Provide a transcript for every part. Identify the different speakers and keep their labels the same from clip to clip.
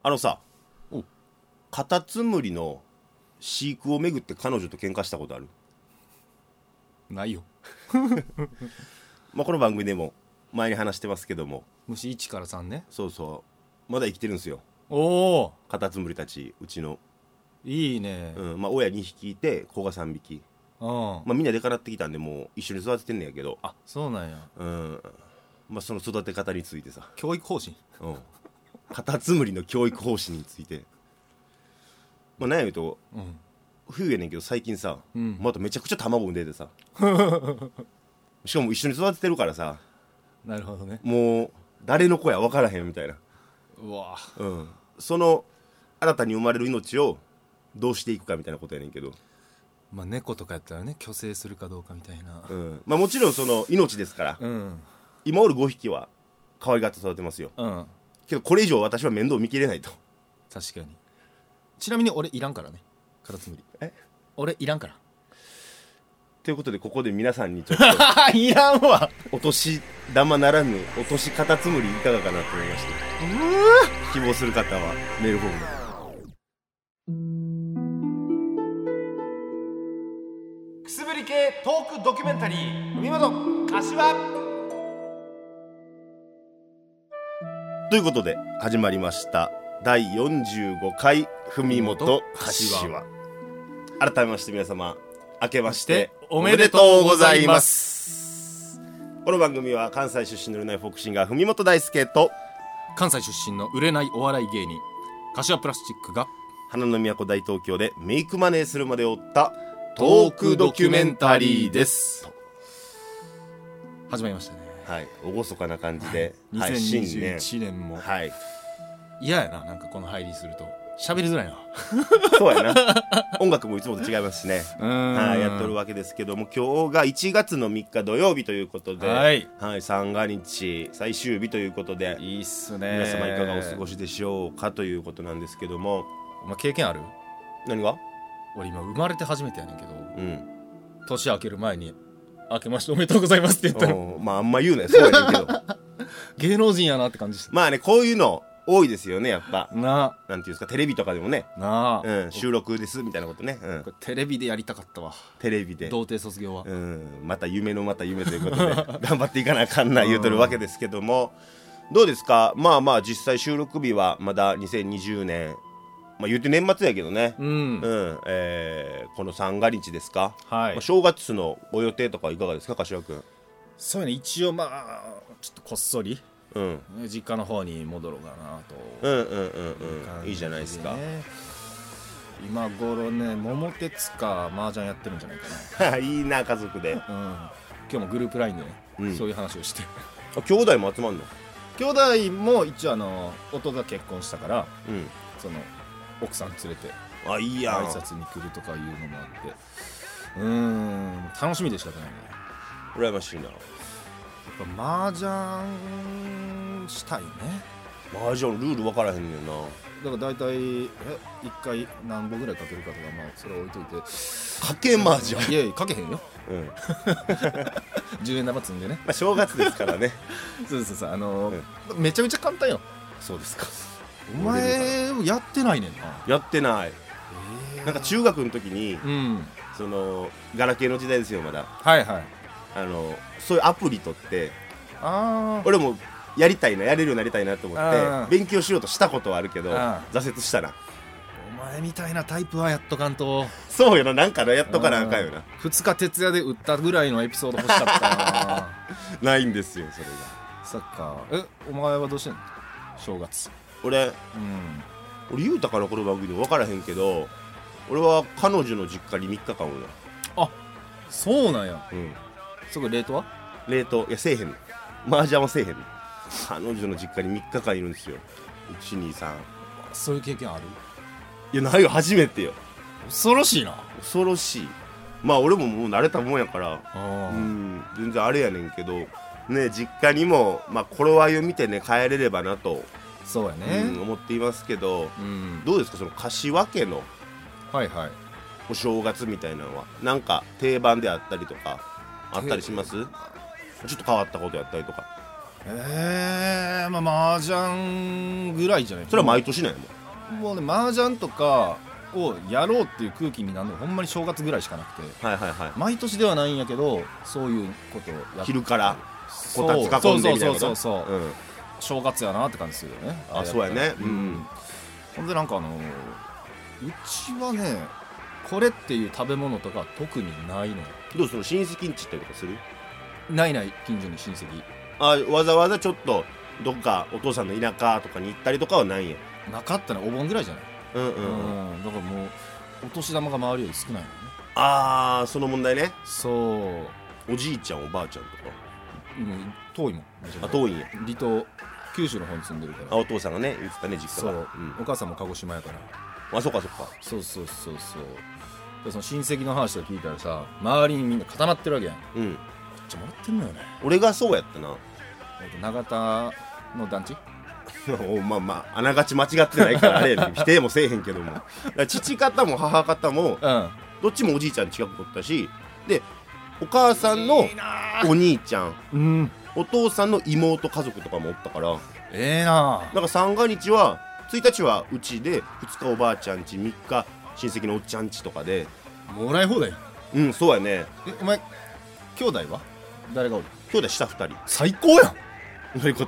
Speaker 1: さ、
Speaker 2: お
Speaker 1: カタツムリの飼育をめぐって彼女と喧嘩したことある？
Speaker 2: ないよ。
Speaker 1: まあこの番組でも前に話してますけども、
Speaker 2: 虫1から3ね。
Speaker 1: そうそうまだ生きてるんですよ、
Speaker 2: おお、
Speaker 1: カタツムリたち。うちの、
Speaker 2: いいね。
Speaker 1: まあ親2匹いて子が3匹、
Speaker 2: うん。
Speaker 1: まあみんなでかなってきたんでもう一緒に育ててんねんやけど、
Speaker 2: あ、そうなんや。
Speaker 1: まあその育て方についてさ、
Speaker 2: 教育方針。
Speaker 1: カタツムリの教育方針について、まあ何や言うと
Speaker 2: うん。
Speaker 1: 冬やねんけど最近さ、
Speaker 2: うん
Speaker 1: まためちゃくちゃ卵産んでてさしかも一緒に育ててるからさ、
Speaker 2: なるほどね。
Speaker 1: もう誰の子や分からへんみたいな、
Speaker 2: うわ。
Speaker 1: その新たに生まれる命をどうしていくかみたいなことやねんけど、
Speaker 2: まあ猫とかやったらね、去勢するかどうかみたいな。
Speaker 1: まあもちろんその命ですから、
Speaker 2: うん。
Speaker 1: 今おる5匹は可愛がって育てますよ。
Speaker 2: うん。
Speaker 1: けどこれ以上私は面倒見きれないと。
Speaker 2: 確かに。ちなみに俺いらんからね、カタツムリ。俺いらんから。
Speaker 1: ということでここで皆さんにちょっと
Speaker 2: いらんわ。
Speaker 1: お年玉ならぬお年カタツムリいかがかなと思いまして、希望する方はメールフォームで。
Speaker 2: くすぶり系トークドキュメンタリー海本柏。
Speaker 1: ということで始まりました第45回文元柏。改めまして皆様明けましておめでとうございます。この番組は関西出身の売れないフォークシンガー文元大輔と
Speaker 2: 関西出身の売れないお笑い芸人柏プラスチックが
Speaker 1: 花の都大東京でメイクマネーするまでを追ったトークドキュメンタリーです。
Speaker 2: 始まりましたね。
Speaker 1: はい、厳かな感じで、はい、
Speaker 2: 2021年も
Speaker 1: はい
Speaker 2: 嫌やな、なんかこの入りすると喋りづらいな。
Speaker 1: そうやな音楽もいつもと違いますしね、
Speaker 2: はい、
Speaker 1: やってるわけですけども、今日が1月の3日土曜日ということで、
Speaker 2: はい
Speaker 1: 三が日最終日ということで、
Speaker 2: いいっすね。
Speaker 1: 皆様いかがお過ごしでしょうかということなんですけども、
Speaker 2: お前経験ある？
Speaker 1: 何が？
Speaker 2: 俺今生まれて初めてやねんけど、
Speaker 1: うん
Speaker 2: 年明ける前に明けましておめでとうございますって言ったの。
Speaker 1: まああんま言うね、そうやねんけど
Speaker 2: 芸能人やなって感じした。
Speaker 1: まあね、こういうの多いですよね、やっぱ。
Speaker 2: な
Speaker 1: なんていうんですか、テレビとかでもね、
Speaker 2: あ、
Speaker 1: 収録ですみたいなことね、
Speaker 2: これテレビでやりたかったわ。
Speaker 1: テレビで
Speaker 2: 童貞卒業は、
Speaker 1: また夢のまた夢ということで頑張っていかなあかんな言うとるわけですけども、どうですか？まあまあ実際収録日はまだ2020年、まあ言うて年末やけどね、この三が日ですか、
Speaker 2: はい、
Speaker 1: 正月のご予定とかいかがですか、柏君？
Speaker 2: そういうの一応まあちょっとこっそり、実家の方に戻ろうかなと。
Speaker 1: いいじゃないですか。
Speaker 2: 今頃ね、桃鉄か麻雀やってるんじゃないかな。
Speaker 1: いいな、家族で、
Speaker 2: 今日もグループ LINE でね、そういう話をして
Speaker 1: 兄弟も集まんの？
Speaker 2: 兄弟も一応弟が結婚したから、その奥さん連れて
Speaker 1: いいやん、
Speaker 2: 挨拶に来るとかいうのもあって、楽しみでしかないね。
Speaker 1: 羨ましいな。
Speaker 2: やっぱ麻雀したいね。
Speaker 1: 麻雀ルール分からへんねんな。
Speaker 2: だから大体1回何本ぐらいかけるかとか、まあそれは置いといて。
Speaker 1: かけ麻雀？
Speaker 2: いやいや、かけへんよ。10円玉積んでね。
Speaker 1: まあ正月ですからね
Speaker 2: そうそうそう、めちゃめちゃ簡単よ。
Speaker 1: そうですか。
Speaker 2: お前やってないねんな。
Speaker 1: やってない。なんか中学の時に、そのガラケーの時代ですよ、まだ。
Speaker 2: はいはい。
Speaker 1: そういうアプリ取って、俺もやれるようになりたいなと思って勉強しようとしたことはあるけど、挫折したな。
Speaker 2: お前みたいなタイプはやっとかんと。
Speaker 1: そうよな、なんかやっとかなあかんよな。
Speaker 2: 2日徹夜で打ったぐらいのエピソード欲しかったな
Speaker 1: ないんですよ、それが。
Speaker 2: そっか。お前はどうしてんの？正月。
Speaker 1: 俺言うたかな、この番組で分からへんけど、俺は彼女の実家に3日間おるな。
Speaker 2: あ、そうなんや。そこ冷凍は？
Speaker 1: 冷凍、いやせえへん。麻雀はせえへん。彼女の実家に3日間いるんですよ。123。
Speaker 2: そういう経験ある？
Speaker 1: いや、ないよ、初めてよ。
Speaker 2: 恐ろしいな。
Speaker 1: 恐ろしい。まあ俺ももう慣れたもんやから、全然あれやねんけどね、実家にもまあ頃合いを見てね帰れればなと。
Speaker 2: そうやね、
Speaker 1: 思っていますけど、どうですか、その柏家のお正月みたいなのはなんか定番であったりとかあったりします？ちょっと変わったことやったりとか。
Speaker 2: 麻雀ぐらいじゃない。
Speaker 1: それは毎年なんや
Speaker 2: もうね、麻雀とかをやろうっていう空気になるのほんまに正月ぐらいしかなくて、
Speaker 1: はいはいはい。
Speaker 2: 毎年ではないんやけど、そういうことをやって
Speaker 1: 昼からこたつ囲んでみたいなこと。そう、
Speaker 2: 正月やなって感じするよね。
Speaker 1: そうやね。
Speaker 2: ほんでなんかうちはね、これっていう食べ物とか特にないの。
Speaker 1: どうする、親戚んち行ったりとかする？
Speaker 2: ない、近所に親戚。
Speaker 1: わざわざちょっとどっかお父さんの田舎とかに行ったりとかはないんや。
Speaker 2: なかったね、お盆ぐらいじゃない。だからもうお年玉が周りより少ないのね。
Speaker 1: その問題ね。
Speaker 2: そう。
Speaker 1: おじいちゃんおばあちゃんとか
Speaker 2: 遠いもん。
Speaker 1: 遠いんや。
Speaker 2: 離島、九州の方に住んでるから。
Speaker 1: お父さんがね言ってたね、実家が。
Speaker 2: そう、お母さんも鹿児島やから。
Speaker 1: そっかそっか。
Speaker 2: そう。でその親戚の話を聞いたらさ、周りにみんな固まってるわけやん。めっちゃもらってんのよね。
Speaker 1: 俺がそうやったな。
Speaker 2: 長田の団地
Speaker 1: まああながち間違ってないからあれ否定もせえへんけども父方も母方も、どっちもおじいちゃん近くおったし、でお母さんのお兄ちゃん、お父さんの妹家族とかもおったから、なんか三が日は1日はうちで、2日おばあちゃんち、3日親戚のおっちゃんちとかで
Speaker 2: もらい放題。
Speaker 1: そうやね。
Speaker 2: お前兄弟は誰がおる？
Speaker 1: 兄弟下2人。
Speaker 2: 最高やん。
Speaker 1: どういうこと？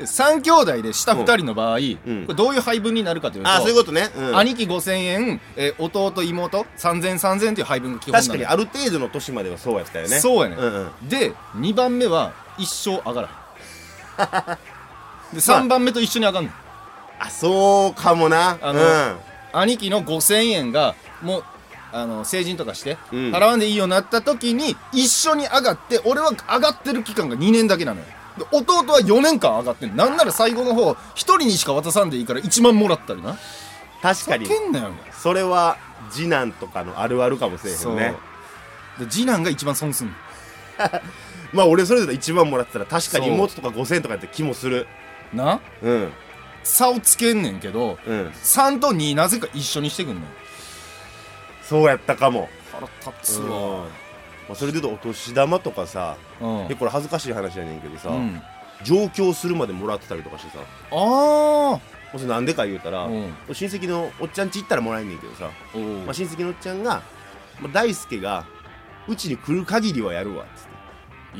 Speaker 2: 3兄弟で下2人の場合、これどういう配分になるかというと、
Speaker 1: そういうことね。
Speaker 2: 兄貴5000円、弟妹3000っていう配分が基本なの。
Speaker 1: 確かにある程度の年まではそうやったよね。
Speaker 2: そうやね。で2番目は一生上がらんで3番目と一緒に上がんの。
Speaker 1: そうかもな。
Speaker 2: 兄貴の5000円がもう成人とかして払わんでいいようになった時に一緒に上がって、俺は上がってる期間が2年だけなのよ。で弟は4年間上がってんの。なんなら最後の方1人にしか渡さんでいいから1万もらったりな。
Speaker 1: 確かにそれは次男とかのあるあるかもしれへんね。
Speaker 2: で次男が一番損すんの
Speaker 1: まあ俺それで1万もらってたら確かに妹とか5000とかやって気もする
Speaker 2: な。差をつけんねんけど、3と2なぜか一緒にしてくんのよ。
Speaker 1: そうやったかも。
Speaker 2: 腹立つわ。
Speaker 1: それで言うとお年玉とかさ、これ恥ずかしい話やねんけどさ、上京するまでもらってたりとかしてさ。それなんでか言うたら、親戚のおっちゃん家行ったらもらえんねんけどさ、親戚のおっちゃんが大輔がうちに来る限りはやるわっつって。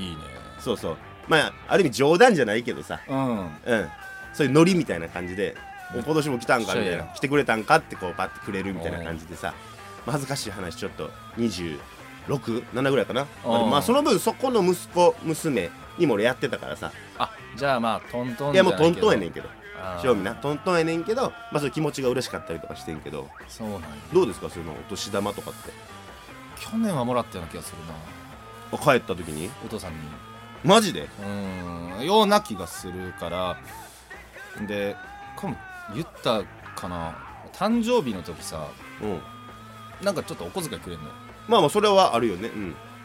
Speaker 2: いいね。
Speaker 1: そう。ある意味冗談じゃないけどさ、そういうノリみたいな感じで、今年も来たんかみたいな、来てくれたんかってこうパッてくれるみたいな感じでさ、恥ずかしい話、ちょっと26、7ぐらいかな。その分そこの息子娘にも俺やってたからさ。
Speaker 2: じゃあトントン。
Speaker 1: いやもうトントンやねんけど、正味なトントンやねんけど、そういう気持ちが嬉しかったりとかしてんけど。
Speaker 2: そうなんや。
Speaker 1: どうですか、そのお年玉とかって。
Speaker 2: 去年はもらったような気がする
Speaker 1: な。帰った時に
Speaker 2: お父さんに。
Speaker 1: マジで？
Speaker 2: ような気がするから。で言ったかな、誕生日の時さ、なんかちょっとお小遣いくれんの。
Speaker 1: まあそれはあるよね。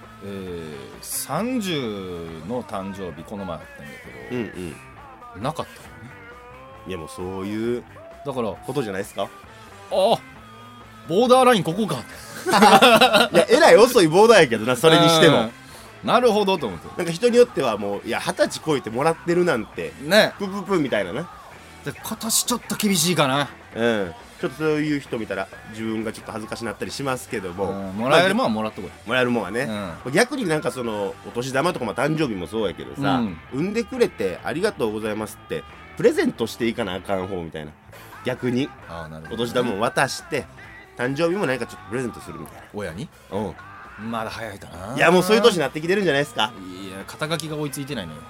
Speaker 2: 30の誕生日この前あったんだけど、なかったよね。
Speaker 1: いやもうそういう
Speaker 2: だから
Speaker 1: ことじゃないですか。
Speaker 2: ボーダーラインここか
Speaker 1: いやえらい遅いボーダーやけどな、それにしても。
Speaker 2: なるほどと思って。
Speaker 1: なんか人によってはもう20歳超えてもらってるなんて
Speaker 2: ね、
Speaker 1: プププみたいなな。
Speaker 2: 今年ちょっと厳しいかな。
Speaker 1: ちょっとそういう人見たら自分がちょっと恥ずかしなったりしますけども、
Speaker 2: もらえるもんはもらっとこい。
Speaker 1: もらえるもんはね。逆になんかそのお年玉とか誕生日もそうやけどさ、産んでくれてありがとうございますってプレゼントしていかなあかん方みたいな。逆にお年玉を渡して誕生日も何かちょっとプレゼントするみたいな。
Speaker 2: 親に？まだ早いかな。
Speaker 1: いやもうそういう年になってきてるんじゃないですか。
Speaker 2: いや肩書きが追いついてないのよ。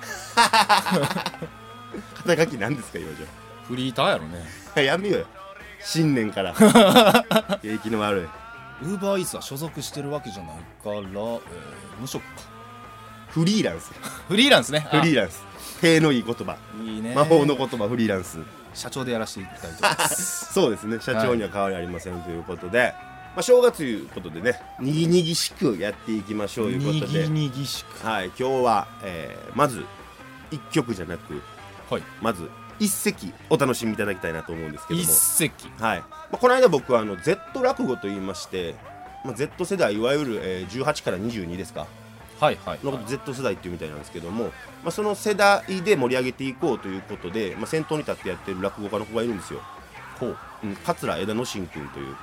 Speaker 1: 肩書きなんですか今じゃ。
Speaker 2: フリーターやろね。
Speaker 1: やめようよ、新年から景気の悪い。
Speaker 2: ウーバーイーツは所属してるわけじゃないから、無職か。
Speaker 1: フリーランス。
Speaker 2: フリーランスね。
Speaker 1: フリーランス、手のいい言葉、
Speaker 2: いいね。
Speaker 1: 魔法の言葉、フリーランス。
Speaker 2: 社長でやらせていただいてます。
Speaker 1: そうですね、社長には変わりありませんということで、正月ということでね、にぎにぎしくやっていきましょうということで、
Speaker 2: にぎにぎしく、
Speaker 1: 今日は、まず1曲じゃなく、まず一席お楽しみいただきたいなと思うんですけども。
Speaker 2: 一席、
Speaker 1: この間僕はZ 落語と言いまして、Z 世代いわゆる、18から22ですか
Speaker 2: はいはい、
Speaker 1: のこと Z 世代っていうみたいなんですけども、その世代で盛り上げていこうということで、先頭に立ってやってる落語家の子がいるんですよ。桂枝野真君という、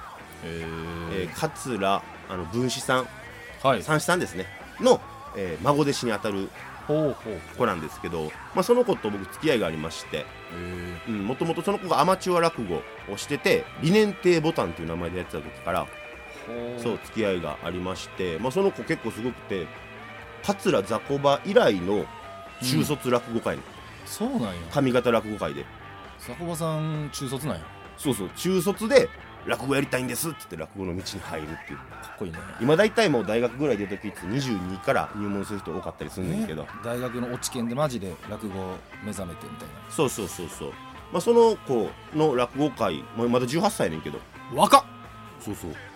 Speaker 1: 桂文枝さん、三枝さんですねの、孫弟子にあたる子なんですけど、その子と僕付き合いがありまして、もともとその子がアマチュア落語をしてて、理念亭ボタンという名前でやってた時からそう付き合いがありまして、その子結構すごくて、桂雑魚場以来の中卒落語会の、
Speaker 2: そうなんや。
Speaker 1: 上方落語会で
Speaker 2: 雑魚場さん中卒なんや。
Speaker 1: そう中卒で落語やりたいんですって言って落語の道に入るっていう。
Speaker 2: かっこいいね。
Speaker 1: 今大体もう大学ぐらい出た時って22から入門する人多かったりするんですけど、
Speaker 2: 大学の落ち研でマジで落語目覚めてみたいな。
Speaker 1: そうその子の落語会、まだ18歳やねんけど
Speaker 2: 若っ。
Speaker 1: そう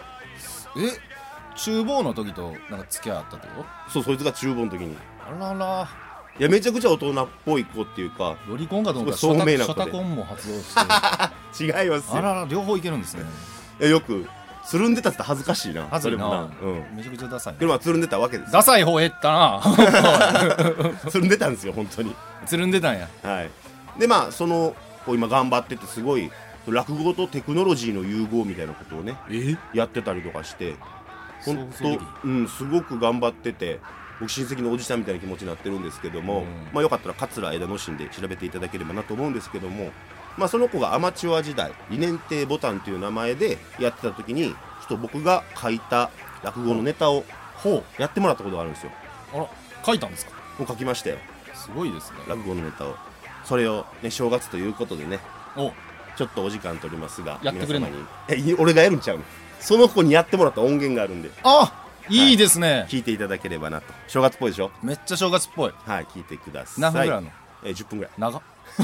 Speaker 2: 厨房の時となんか付き合ったってこ
Speaker 1: と。そいつが厨房の時に、
Speaker 2: あらら、
Speaker 1: いやめちゃくちゃ大人っぽい子っていうか、
Speaker 2: ロリコンかと思ったら
Speaker 1: すごい聡明な
Speaker 2: シ
Speaker 1: 子で
Speaker 2: ョタコンも発動して
Speaker 1: 違いますよ。
Speaker 2: あらら、両方いけるんですね。
Speaker 1: いやよくつるんでたって恥ずかしいな。
Speaker 2: 恥ずいな。
Speaker 1: それも
Speaker 2: めちゃくちゃダサいな。
Speaker 1: でもつるんでたわけです。
Speaker 2: ダサい方減ったな。
Speaker 1: つるんでたんですよ本当に。
Speaker 2: つるんでたんや。
Speaker 1: はい。でその子今頑張ってて、すごい落語とテクノロジーの融合みたいなことをねやってたりとかして、本当すごく頑張ってて、僕親戚のおじさんみたいな気持ちになってるんですけども、よかったら桂枝野心で調べていただければなと思うんですけども、その子がアマチュア時代理念亭ボタンという名前でやってた時に、ちょっと僕が書いた落語のネタをやってもらったことがあるんですよ。
Speaker 2: あら、書いたんですか？
Speaker 1: もう書きましたよ。
Speaker 2: すごいですね。
Speaker 1: 落語のネタを。それをね、正月ということでね、ちょっとお時間取りますが、
Speaker 2: やってくれんの？
Speaker 1: 俺がやるんちゃうの。その子にやってもらった音源があるんで、
Speaker 2: いいですね。
Speaker 1: 聞いていただければなと。正月っぽいでしょ。
Speaker 2: めっちゃ正月っぽい。
Speaker 1: はい、聞いてください。
Speaker 2: 何分ぐらいあるの
Speaker 1: ？10分ぐらい。
Speaker 2: 長っ。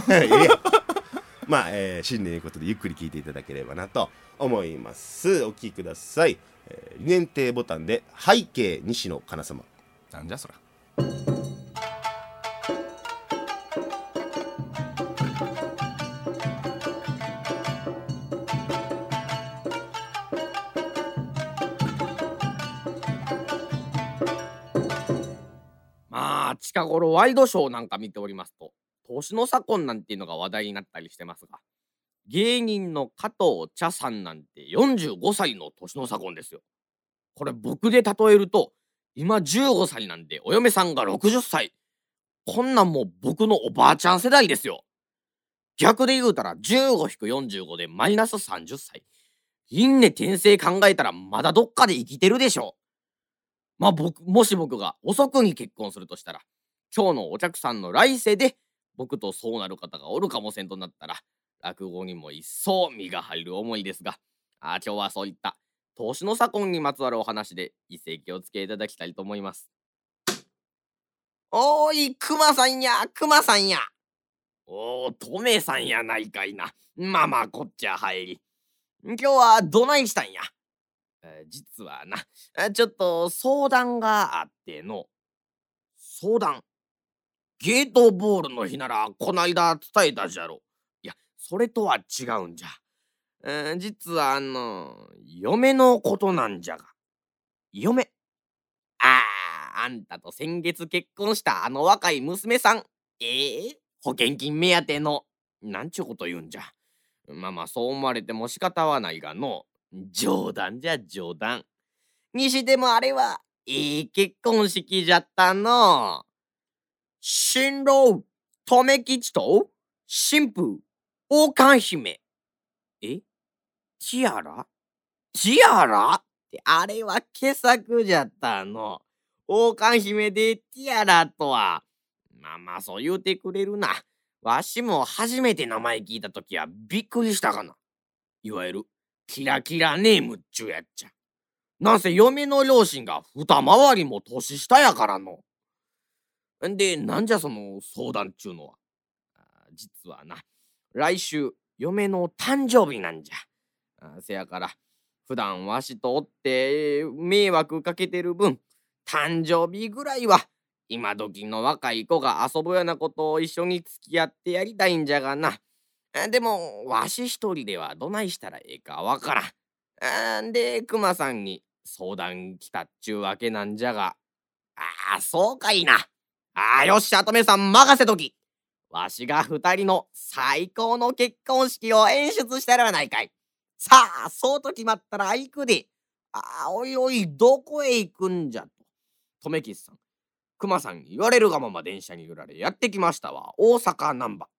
Speaker 1: 新年いうことでゆっくり聞いていただければなと思います。お聞きください。理念亭ボタンで背景西野カナ様。
Speaker 2: なんじゃそら。
Speaker 3: 近頃ワイドショーなんか見ておりますと、年の差婚なんていうのが話題になったりしてますが、芸人の加藤茶さんなんて45歳の年の差婚ですよ。これ僕で例えると、今15歳なんでお嫁さんが60歳。こんなんもう僕のおばあちゃん世代ですよ。逆で言うたら 15-45 でマイナス30歳。輪廻転生考えたらまだどっかで生きてるでしょ。もし僕が遅くに結婚するとしたら、今日のお客さんの来世で僕とそうなる方がおるかもせんとなったら、落語にも一層身が入る思いですが、今日はそういった年の差婚にまつわるお話で一席お付けいただきたいと思います。おーい、熊さんや、熊さんや。おー、トメさんやないかいな。こっちゃ入り。今日はどないしたんや。実はな、ちょっと相談があっての。相談？ゲートボールの日ならこないだ伝えたじゃろ。いや、それとは違うんじゃ。実は嫁のことなんじゃが。嫁？あんたと先月結婚したあの若い娘さん。保険金目当ての。なんちゅうこと言うんじゃ。そう思われても仕方はないがの。冗談じゃ冗談。にしてもあれはいい結婚式じゃったの。新郎、留吉と、新婦、王冠姫。ティアラってあれは傑作じゃったの。王冠姫でティアラとは。そう言うてくれるな。わしも初めて名前聞いたときはびっくりしたかな。いわゆるキラキラネームっちゅうやっちゃ。なんせ嫁の両親が二回りも年下やからの。んで、なんじゃその相談っちゅうのは。実はな、来週嫁の誕生日なんじゃ。せやから、普段わしとおって迷惑かけてる分、誕生日ぐらいは今時の若い子が遊ぶようなことを一緒に付き合ってやりたいんじゃがな。でも、わし一人ではどないしたらええかわからん。で、熊さんに相談来たっちゅうわけなんじゃが。 そうかいな。よっしゃ、とめさん任せとき。わしが二人の最高の結婚式を演出したらはないかい。さあ、そうと決まったら行くで。おいおい、どこへ行くんじゃと。とめきさん、熊さんに言われるがまま電車に揺られやってきましたわ。大阪難波。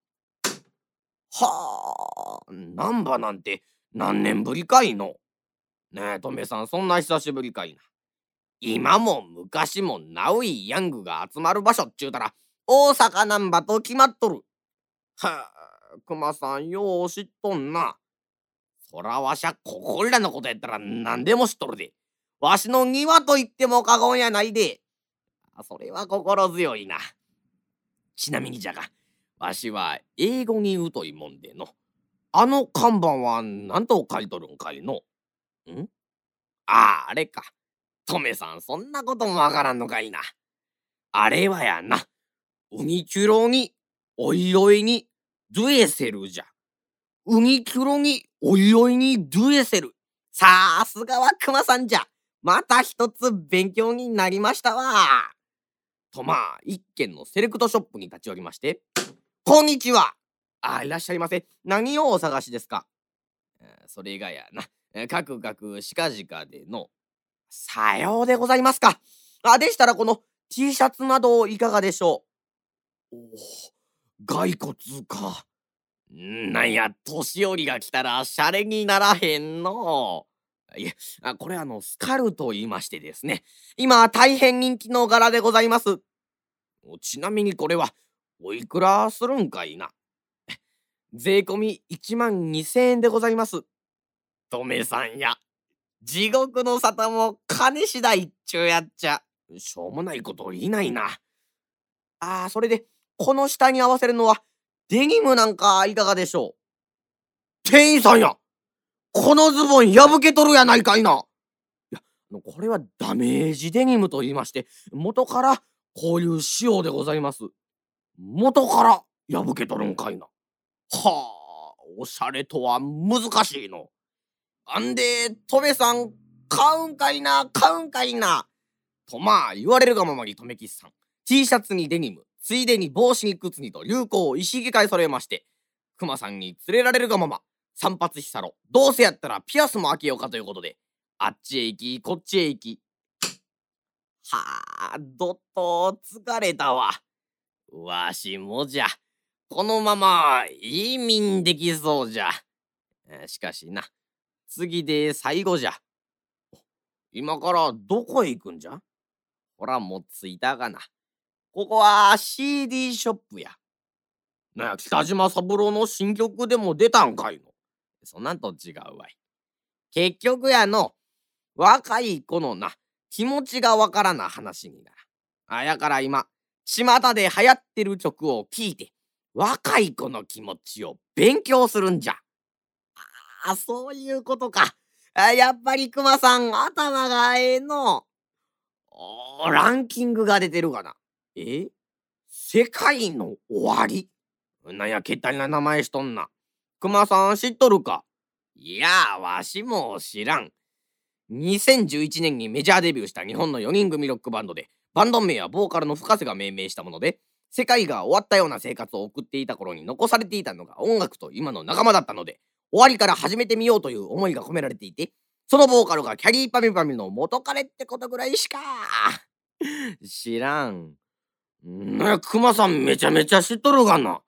Speaker 3: はあ、難波なんて何年ぶりかいの。ねえ、とめさん、そんな久しぶりかいな。今も昔もナウイヤングが集まる場所っちゅうたら大阪難波と決まっとる。はあ、熊さんよう知っとんな。そらわしゃここらのことやったら何でも知っとるで。わしの庭と言っても過言やないで。それは心強いな。ちなみにじゃが、わしは英語に疎いもんでの。あの看板は何と書いとるんかいの。んあれか。トメさん、そんなこともわからんのかいな。あれはやな、ウニキュロにおいおいにドゥエセルじゃ。ウニキュロにおいおいにドゥエセル。さすがはクマさんじゃ。また一つ勉強になりましたわ。と一軒のセレクトショップに立ち寄りまして、こんにちは。いらっしゃいませ。何をお探しですか。それがやな、かくかくしかじかでの。さようでございますか。でしたらこの T シャツなどいかがでしょう。骸骨か。なんや、年寄りが来たらシャレにならへんの。いえ、これスカルと言いましてですね、今大変人気の柄でございます。ちなみにこれはおいくらするんかいな。税込み12000円でございます。とめさんや、地獄の沙汰も金次第っちゅうやっちゃ。しょうもないこと言いないな。それで、この下に合わせるのは、デニムなんかいかがでしょう。店員さんや、このズボン破けとるやないかいな。いや、これはダメージデニムと言いまして、元からこういう仕様でございます。元から破けとるんかいな。はあ、おしゃれとは難しいの。んで、とめさん、買うんかいな、買うんかいな。と言われるがままにとめきさん、T シャツにデニム、ついでに帽子に靴にと流行を一式買い揃えまして、クマさんに連れられるがまま、散髪したろ、どうせやったらピアスも開けようかということで、あっちへ行き、こっちへ行き。どっと疲れたわ。わしもじゃ。このまま移民できそうじゃ。しかしな、次で最後じゃ。今からどこへ行くんじゃ。ほら、もう着いたがな。ここは CD ショップや。北島三郎の新曲でも出たんかいの。そんなんと違うわい。結局やの、若い子のな、気持ちがわからな話になら。やから今、巷で流行ってる曲を聴いて、若い子の気持ちを勉強するんじゃ。そういうことか。やっぱりクマさん頭がええの。ランキングが出てるがな。世界の終わり。なんや、けったりな名前しとんな。クマさん知っとるか。いや、わしも知らん。2011年にメジャーデビューした日本の4人組ロックバンドで、バンド名はボーカルの深瀬が命名したもので、世界が終わったような生活を送っていた頃に残されていたのが音楽と今の仲間だったので、終わりから始めてみようという思いが込められていて、そのボーカルがキャリーパミュパミュの元彼ってことぐらいしか知らん。クマさんめちゃめちゃ知っとるがな。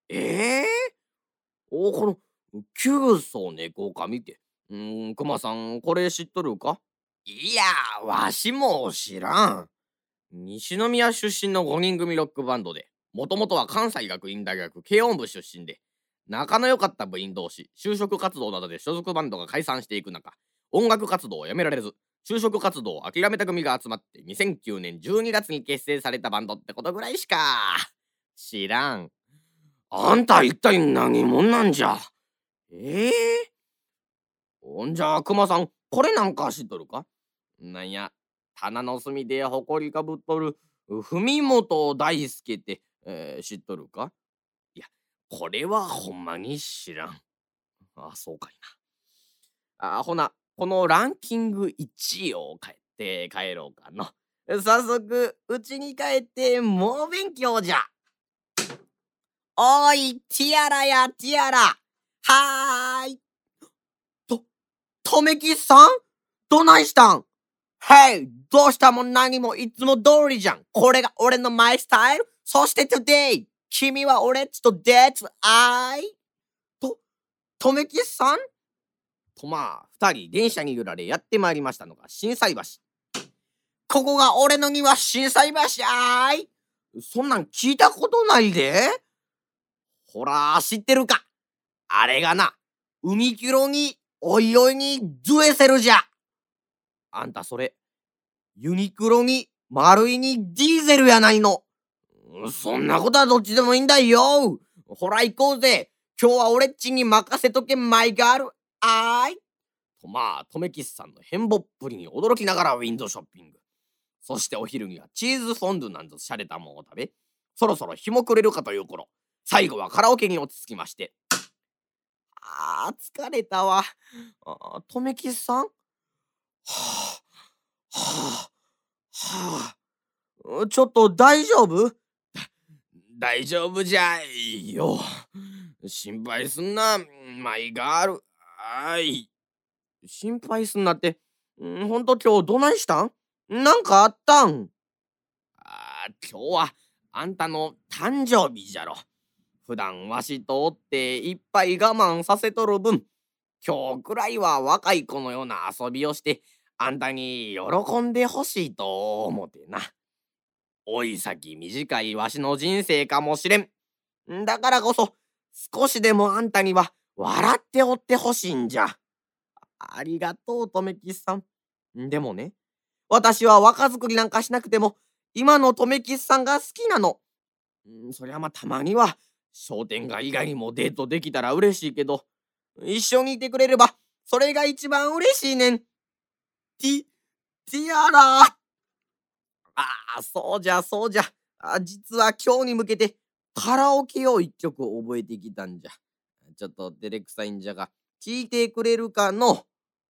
Speaker 3: この9層猫か見て。クマさんこれ知っとるか。いや、わしも知らん。西宮出身の5人組ロックバンドで、もともとは関西学院大学軽音部出身で、仲の良かった部員同士、就職活動などで所属バンドが解散していく中、音楽活動をやめられず、就職活動を諦めた組が集まって2009年12月に結成されたバンドってことぐらいしか知らん。あんた一体何者なんじゃ。ほんじゃ、クマさんこれなんか知っとるか。なんや、棚の隅で誇りかぶっとる文本大輔って、知っとるか。いや、これはほんまに知らん。そうかいな。ほな、このランキング1位を帰ろうかの。 早速家に帰って猛勉強じゃ。おいティアラやティアラ、はーい。とめきさん、どないしたん？へい、どうしたも何もいつも通りじゃん。これが俺のマイスタイル。そして today、君は俺っちとデートあい。とめきさんと二人電車に揺られやってまいりましたのが心斎橋。ここが俺の庭心斎橋あい。そんなん聞いたことないで。ほら知ってるか。あれがな、海キロにおいおいにドゥエセルじゃ。あんたそれユニクロに丸いにディーゼルやないの。そんなことはどっちでもいいんだよ。ほら行こうぜ。今日は俺っちに任せとけマイガールあーい。ととめきすさんの変ぼっぷりに驚きながらウィンドウショッピング。そしてお昼にはチーズフォンドなんぞしゃれたもんを食べ、そろそろ日も暮れるかという頃、最後はカラオケに落ち着きまして、疲れたわ。とめきすさん、ちょっと大丈夫？大丈夫じゃいよ。心配すんな、マイガール。心配すんなって、ほんと今日どないしたん？なんかあったん？今日はあんたの誕生日じゃろ。普段わしとおっていっぱい我慢させとる分、今日くらいは若い子のような遊びをしてあんたに喜んでほしいと思ってな。おい先短いわしの人生かもしれん。だからこそ少しでもあんたには笑っておってほしいんじゃ。ありがとうとめきさん。でもね、私は若作りなんかしなくても今のとめきさんが好きなの。そりゃたまには商店街以外にもデートできたら嬉しいけど、一緒にいてくれればそれが一番嬉しいねん。ティアラ。そうじゃ。実は今日に向けてカラオケを一曲覚えてきたんじゃ。ちょっと照れくさいんじゃが聞いてくれるかの？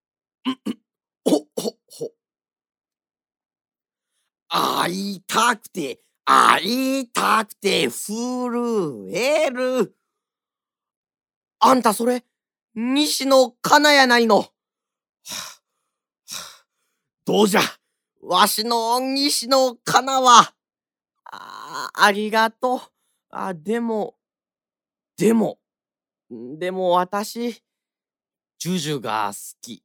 Speaker 3: 会いたくて震える。あんたそれ西野カナやないの。どうじゃわしの西野カナは。ありがとう。でも私ジュジュが好き。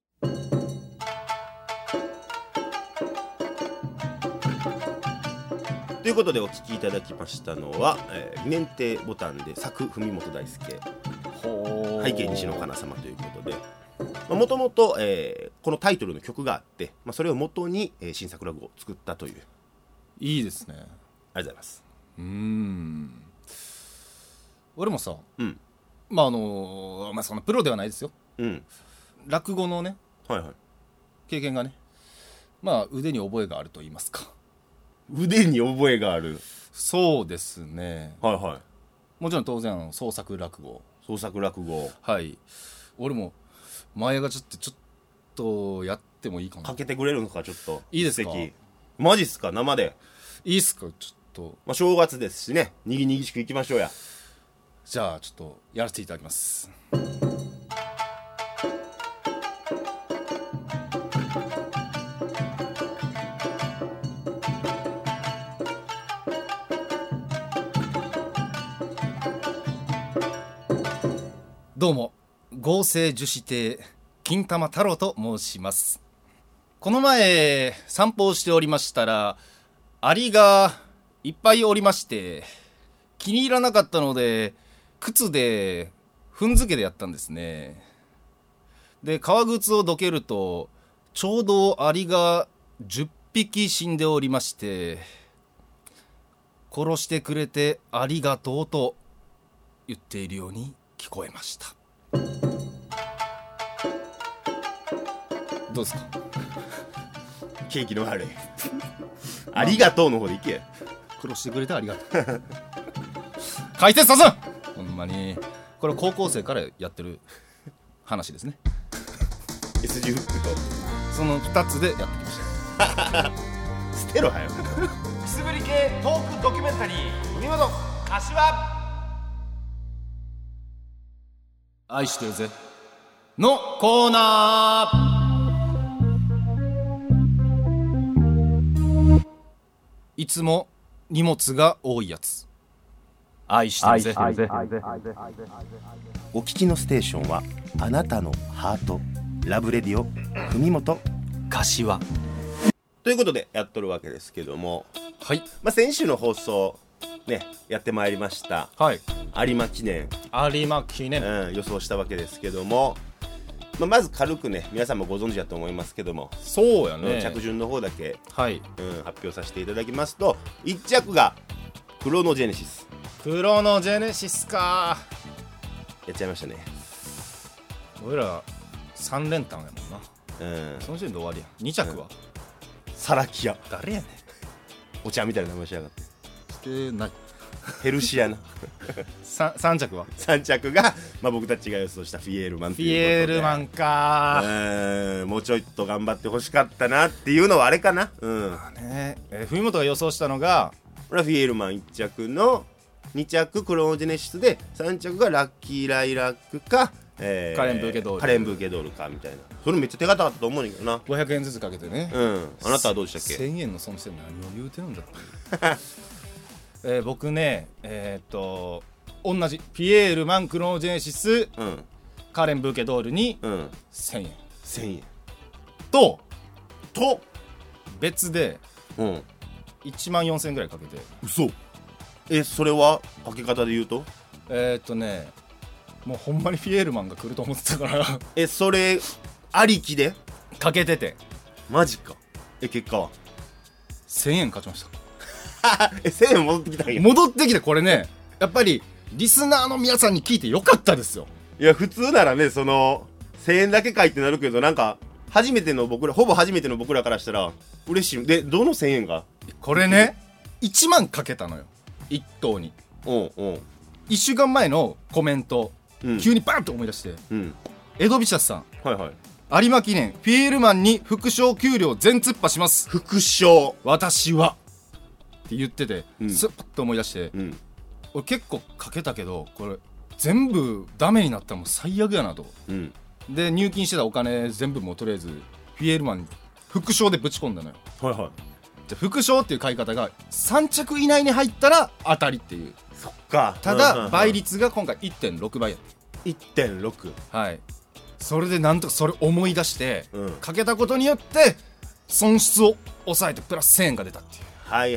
Speaker 1: ということでお聴きいただきましたのは、免停ボタンで作文本大輔、背景西野カナ様ということで、もともとこのタイトルの曲があって、それを元に、新作落語を作ったという。
Speaker 2: いいですね。
Speaker 1: ありがとうございます。
Speaker 2: 俺もさ、そんなプロではないですよ。落語のね、経験がね、腕に覚えがあると言いますか。
Speaker 1: 腕に覚えがある。
Speaker 2: そうですね。もちろん当然創作落語。はい。俺も前がちょっとやってもいいかな。
Speaker 1: かけてくれるのかちょっと。
Speaker 2: いいですか？
Speaker 1: マジっすか？生で。
Speaker 2: いいっすか？ちょっと。
Speaker 1: 正月ですしね。にぎにぎしくいきましょうや。
Speaker 2: じゃあちょっとやらせていただきます。どうも合成樹脂亭金玉太郎と申します。この前散歩をしておりましたらアリがいっぱいおりまして気に入らなかったので靴で踏んづけでやったんですね。で革靴をどけるとちょうどアリが10匹死んでおりまして、殺してくれてありがとうと言っているように聞こえました。どうですか？
Speaker 1: 景気の悪いありがとうの方でいけ。
Speaker 2: 殺してくれてありがとう解説さすほんまにこれ高校生からやってる話ですね。
Speaker 1: S 字フックと
Speaker 2: その2つでやってきました
Speaker 1: スてろはよ。
Speaker 2: くすぶり系トークドキュメンタリー海本柏愛してるぜのコーナー。いつも荷物が多いやつ。愛してるぜ。
Speaker 1: お聞きのステーションはあなたのハートラブレディオ文元
Speaker 2: 柏
Speaker 1: ということでやっとるわけですけども、
Speaker 2: はい、
Speaker 1: 先週の放送ねやってまいりました、
Speaker 2: はい、
Speaker 1: 有馬記念、
Speaker 2: 有馬記念、
Speaker 1: 予想したわけですけども、まず軽くね皆さんもご存知だと思いますけども、
Speaker 2: そうやね、
Speaker 1: 着順の方だけ、
Speaker 2: はい、
Speaker 1: 発表させていただきますと、1着がクロノジェネシス。
Speaker 2: クロノジェネシスか、
Speaker 1: やっちゃいましたね。
Speaker 2: 俺ら3連単やもんな。その時点で終わりや。2着は、
Speaker 1: サラキア。
Speaker 2: 誰やねん。
Speaker 1: お茶みたいな名前しやがって。
Speaker 2: してない。
Speaker 1: ヘルシアな。
Speaker 2: 3着は
Speaker 1: 3着が、僕たちが予想したフィエールマンっていうことで。
Speaker 2: フィエールマンか。
Speaker 1: もうちょいと頑張ってほしかったなっていうのはあれかな。
Speaker 2: 文元が予想したのが、
Speaker 1: フィエールマン1着の2着クロノジェネシスで、3着がラッキーライラックか、
Speaker 2: カレンブーケドール、
Speaker 1: カレンブーケドールかみたいな。それめっちゃ手堅かったと思うんだけどな。
Speaker 2: 500円ずつかけてね。
Speaker 1: あなたはどうでしたっけ。
Speaker 2: 1000円の損して何を言うてるんだっていう僕ね、同じフィエールマンクロノジェネシス、カレンブーケドールに1000円、
Speaker 1: 1000円
Speaker 2: と別で
Speaker 1: 1
Speaker 2: 万4000円ぐらいかけて。
Speaker 1: 嘘。それはかけ方で言うと
Speaker 2: もうほんまにフィエールマンが来ると思ってたから
Speaker 1: それありきで
Speaker 2: かけてて、
Speaker 1: マジか。結果は
Speaker 2: 1000円勝ちました。
Speaker 1: 1000円戻ってきたんや。
Speaker 2: 戻ってきて、これねやっぱりリスナーの皆さんに聞いてよかったですよ。
Speaker 1: いや普通ならね、その1000円だけかいってなるけど、なんかほぼ初めての僕らからしたら嬉しい。でどの1000円が
Speaker 2: これね、1万かけたのよ、1等に。1週間前のコメント、急にバンと思い出して、エドビシャスさん、有馬記念フィエールマンに副賞給料全突破します、
Speaker 1: 副賞
Speaker 2: 私はって言ってて、スッと思い出して、俺結構かけたけどこれ全部ダメになったらもう最悪やなと、で入金してたお金全部もうとりあえずフィエールマンに副賞でぶち込んだのよ。じゃ副賞っていう買い方が3着以内に入ったら当たりっていう。
Speaker 1: そっか。
Speaker 2: ただ倍率が今回 1.6 倍やった。
Speaker 1: 1.6。
Speaker 2: はい。それでなんとかそれ思い出して、かけたことによって損失を抑えてプラス1000円が出たっていう。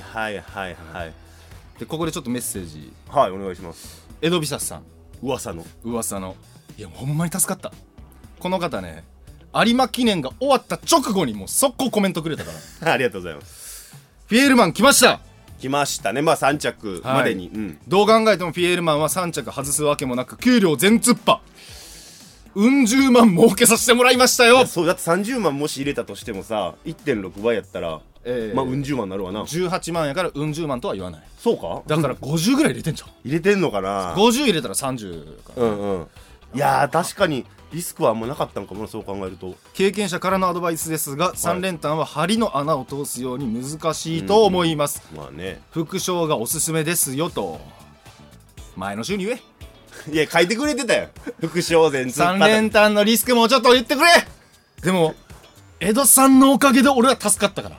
Speaker 2: でここでちょっとメッセージ、
Speaker 1: お願いします。
Speaker 2: エドビシャスさん、
Speaker 1: 噂の
Speaker 2: いやほんまに助かった。この方ね、有馬記念が終わった直後にもう速攻コメントくれたから
Speaker 1: ありがとうございます。
Speaker 2: フィエールマン来ました。
Speaker 1: 来ましたね。3着までに、
Speaker 2: どう考えてもフィエールマンは3着外すわけもなく給料全突破、10万儲けさせてもらいましたよ。
Speaker 1: そうだって、30万もし入れたとしてもさ 1.6 倍やったら、10万になるわな。
Speaker 2: 18万やから10万とは言わない。
Speaker 1: そうか。
Speaker 2: だから50ぐらい入れてんじゃん。
Speaker 1: 入れてんのかな。
Speaker 2: 50入れたら30かな。
Speaker 1: いやー確かにリスクはあんまなかったのかもな、そう考えると。
Speaker 2: 経験者からのアドバイスですが、3連単は針の穴を通すように難しいと思います。副賞がおすすめですよと前の週に言え。
Speaker 1: いや書いてくれてたよ、副賞全突破。
Speaker 2: 3連単のリスクもちょっと言ってくれ。でも江戸さんのおかげで俺は助かったから。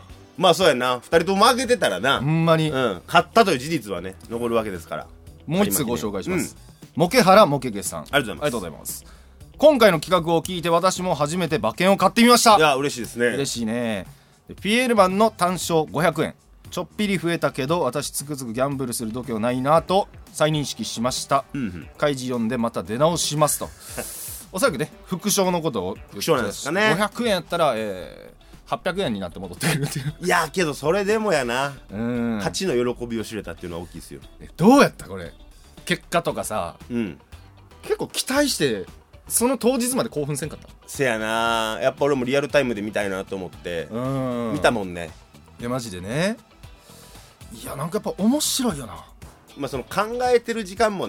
Speaker 1: そうやな。2人とも負けてたらな、
Speaker 2: ほんまに、
Speaker 1: 勝ったという事実はね残るわけですから。
Speaker 2: もう一つご紹介します。モケハラモケゲさん、
Speaker 1: ありがとうございます。
Speaker 2: 今回の企画を聞いて私も初めて馬券を買ってみました。
Speaker 1: いや嬉しいですね。
Speaker 2: 嬉しいね。フィエールマンの単勝500円、ちょっぴり増えたけど私つくづくギャンブルする度胸ないなと再認識しました。開示読んでまた出直しますとおそらくね副賞のことを
Speaker 1: 副賞なんですかね。
Speaker 2: 500円やったら、800円になって戻ってくるっていう。
Speaker 1: いやけどそれでもやな、勝ちの喜びを知れたっていうのは大きいですよ。
Speaker 2: どうやったこれ結果とかさ、結構期待してその当日まで興奮せんかった。
Speaker 1: せやな、やっぱ俺もリアルタイムで見たいなと思って見たもんね。
Speaker 2: いやマジでね。いやなんかやっぱ面白いよな。
Speaker 1: その考えてる時間もね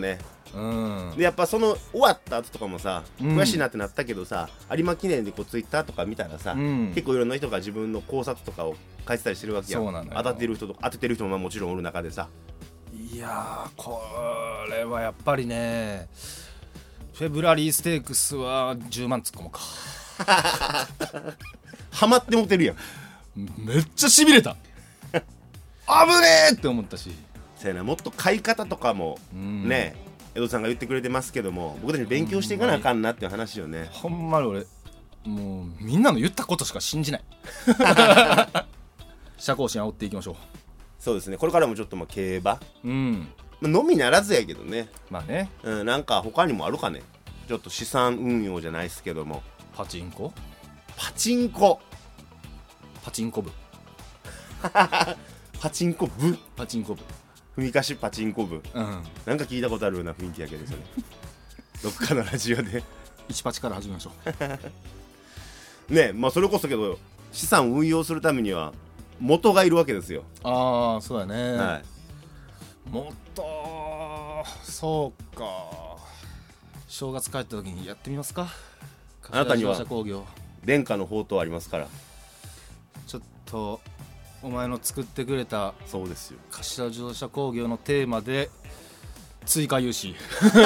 Speaker 1: でやっぱその終わった後とかもさ、悔しいなってなったけどさ、有馬記念でこうツイッターとか見たらさ、結構いろんな人が自分の考察とかを書いてたりしてるわけやん。当たってる人と当ててる人ももちろんおる中でさ、
Speaker 2: いやーこれはやっぱりね、フェブラリーステークスは10万突っ込むか。
Speaker 1: ハマってもてるやん。
Speaker 2: めっちゃしびれた。危ねえって思ったし、
Speaker 1: そうやな、もっと買い方とかもね、江戸さんが言ってくれてますけども、僕たち勉強していかなあかんなっていう話よね。
Speaker 2: ほんまに俺もうみんなの言ったことしか信じない。社交心煽っていきましょう。
Speaker 1: そうですね、これからもちょっと競馬、のみならずやけどね、
Speaker 2: まあね、
Speaker 1: なんか他にもあるかね、ちょっと資産運用じゃないですけども。
Speaker 2: パチンコ部パチンコ部
Speaker 1: ふみかしパチンコ部、なんか聞いたことあるような雰囲気やけど、それどっかのラジオで
Speaker 2: 1パチから始めましょ
Speaker 1: う。ね、まあそれこそけど資産運用するためには元がいるわけですよ。
Speaker 2: ああ、そうやね、
Speaker 1: はい、
Speaker 2: 元、そうか、正月帰った時にやってみますか。
Speaker 1: あなたには殿下の宝刀ありますから、
Speaker 2: ちょっとお前の作ってくれた、
Speaker 1: そうですよ、
Speaker 2: 柏自動車工業のテーマで追加融資。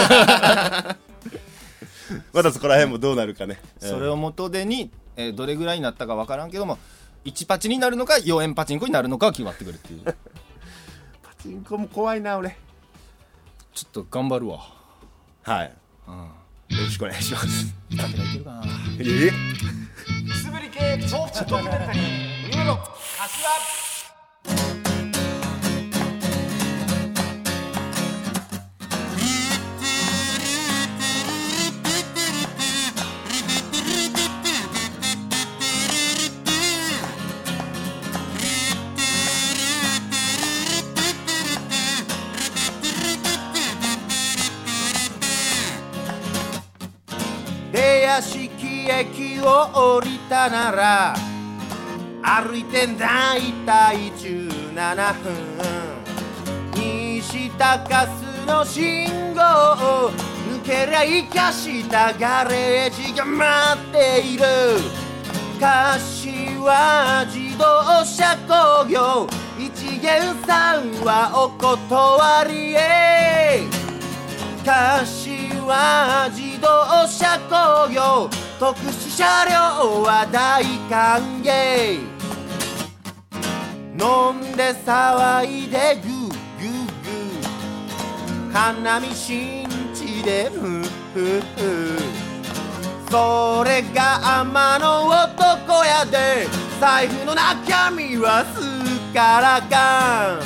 Speaker 1: まだそこら辺もどうなるかね。
Speaker 2: それを元手に、どれぐらいになったか分からんけども、1パチになるのか4円パチンコになるのかは決まってくるっていう。パ
Speaker 1: チンコも怖いな俺。
Speaker 2: ちょっと頑張るわ。
Speaker 1: はい、よろしくお願いします。
Speaker 2: いけるかな。
Speaker 3: くすぶり系超ドキュメンタリー、見事柏。
Speaker 1: 出屋敷駅を降りたなら歩いてだいたい17分、西高須の信号を抜けりゃ生かしたガレージが待っている。柏自動車工業一元さんはお断りへ。柏自動車工業特殊車両は大歓迎。飲んで騒いでグーグーグー、花見新地でフーフーフー、それが天の男やで、財布の中身はスカラカン。